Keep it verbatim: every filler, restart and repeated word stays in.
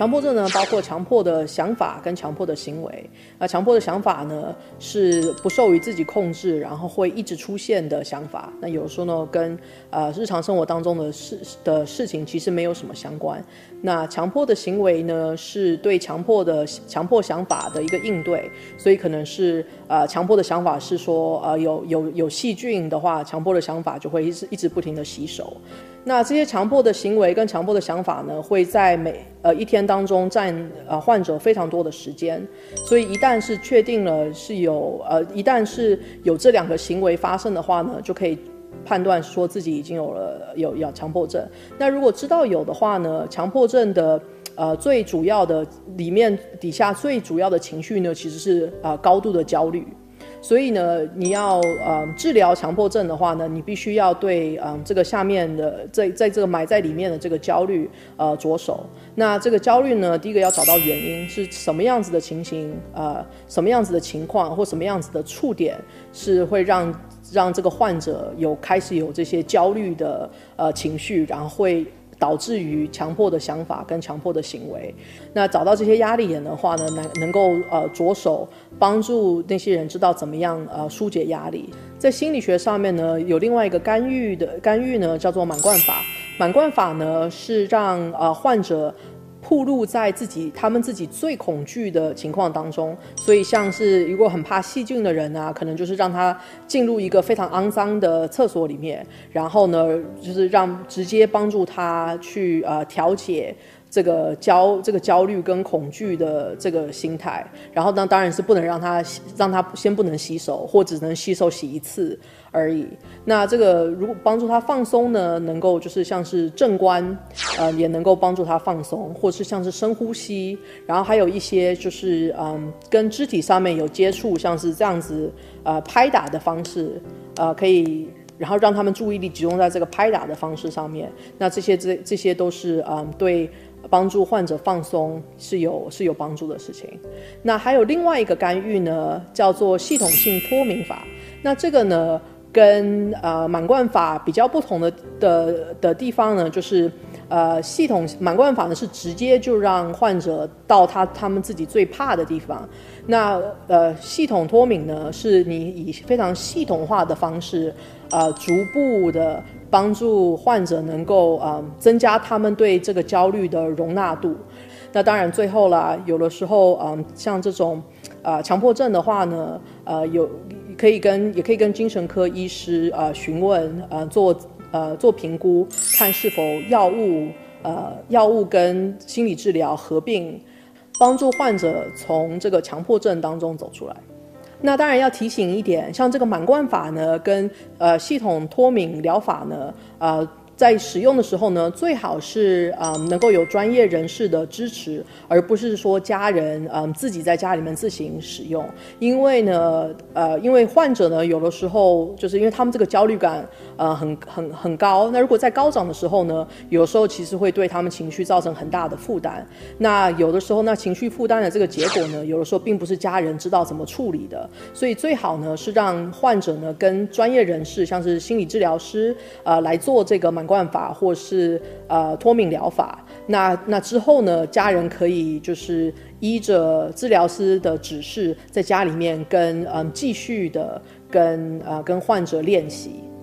强迫症呢，包括强迫的想法跟强迫的行为。那强迫的想法呢，是不受于自己控制，然后会一直出现的想法。那有时候呢，跟呃日常生活当中的事的事情其实没有什么相关。那强迫的行为呢，是对强迫的强迫想法的一个应对，所以可能是呃强迫的想法是说，呃有有有细菌的话，强迫的想法就会一直一直不停的洗手。那这些强迫的行为跟强迫的想法呢，会在每呃一天当中占呃患者非常多的时间，所以一旦是确定了是有呃一旦是有这两个行为发生的话呢，就可以判断说自己已经有了有有强迫症。那如果知道有的话呢，强迫症的呃最主要的里面底下最主要的情绪呢，其实是呃高度的焦虑。所以呢，你要呃治疗强迫症的话呢，你必须要对嗯、呃、这个下面的在在这个埋在里面的这个焦虑呃着手。那这个焦虑呢，第一个要找到原因是什么样子的情形，呃什么样子的情况或什么样子的触点是会让让这个患者有开始有这些焦虑的呃情绪，然后会导致于强迫的想法跟强迫的行为。那找到这些压力点的话呢，能能够呃着手帮助那些人知道怎么样呃疏解压力。在心理学上面呢，有另外一个干预的干预呢，叫做满贯法。满贯法呢是让呃患者暴露在自己他们自己最恐惧的情况当中，所以像是如果很怕细菌的人啊，可能就是让他进入一个非常肮脏的厕所里面，然后呢，就是让直接帮助他去呃调节这个焦这个焦虑跟恐惧的这个心态。然后呢，当然是不能让他让他先不能洗手，或只能洗手洗一次而已。那这个如果帮助他放松呢，能够就是像是正观，呃，也能够帮助他放松，或是像是深呼吸，然后还有一些就是嗯跟肢体上面有接触，像是这样子呃拍打的方式，呃可以。然后让他们注意力集中在这个拍打的方式上面，那这些这这些都是嗯对帮助患者放松是有是有帮助的事情。那还有另外一个干预呢，叫做系统性脱敏法。那这个呢，跟呃满贯法比较不同的的的地方呢，就是呃系统满贯法呢是直接就让患者到他他们自己最怕的地方。那呃系统脱敏呢，是你以非常系统化的方式，呃逐步的帮助患者能够呃增加他们对这个焦虑的容纳度。那当然最后啦，有的时候嗯、呃、像这种呃强迫症的话呢，呃有可以跟也可以跟精神科医师呃询问呃做呃做评估，看是否药物呃药物跟心理治疗合并，帮助患者从这个强迫症当中走出来。那当然要提醒一点，像这个满贯法呢，跟呃系统脱敏疗法呢，呃。在使用的时候呢，最好是呃能够有专业人士的支持，而不是说家人嗯、呃、自己在家里面自行使用。因为呢呃因为患者呢有的时候就是因为他们这个焦虑感呃很很很高，那如果在高涨的时候呢，有时候其实会对他们情绪造成很大的负担。那有的时候那情绪负担的这个结果呢，有的时候并不是家人知道怎么处理的，所以最好呢是让患者呢跟专业人士，像是心理治疗师呃来做这个满贯法或是呃脱敏疗法。那那之后呢，家人可以就是依着治疗师的指示，在家里面跟嗯继续的跟呃跟患者练习。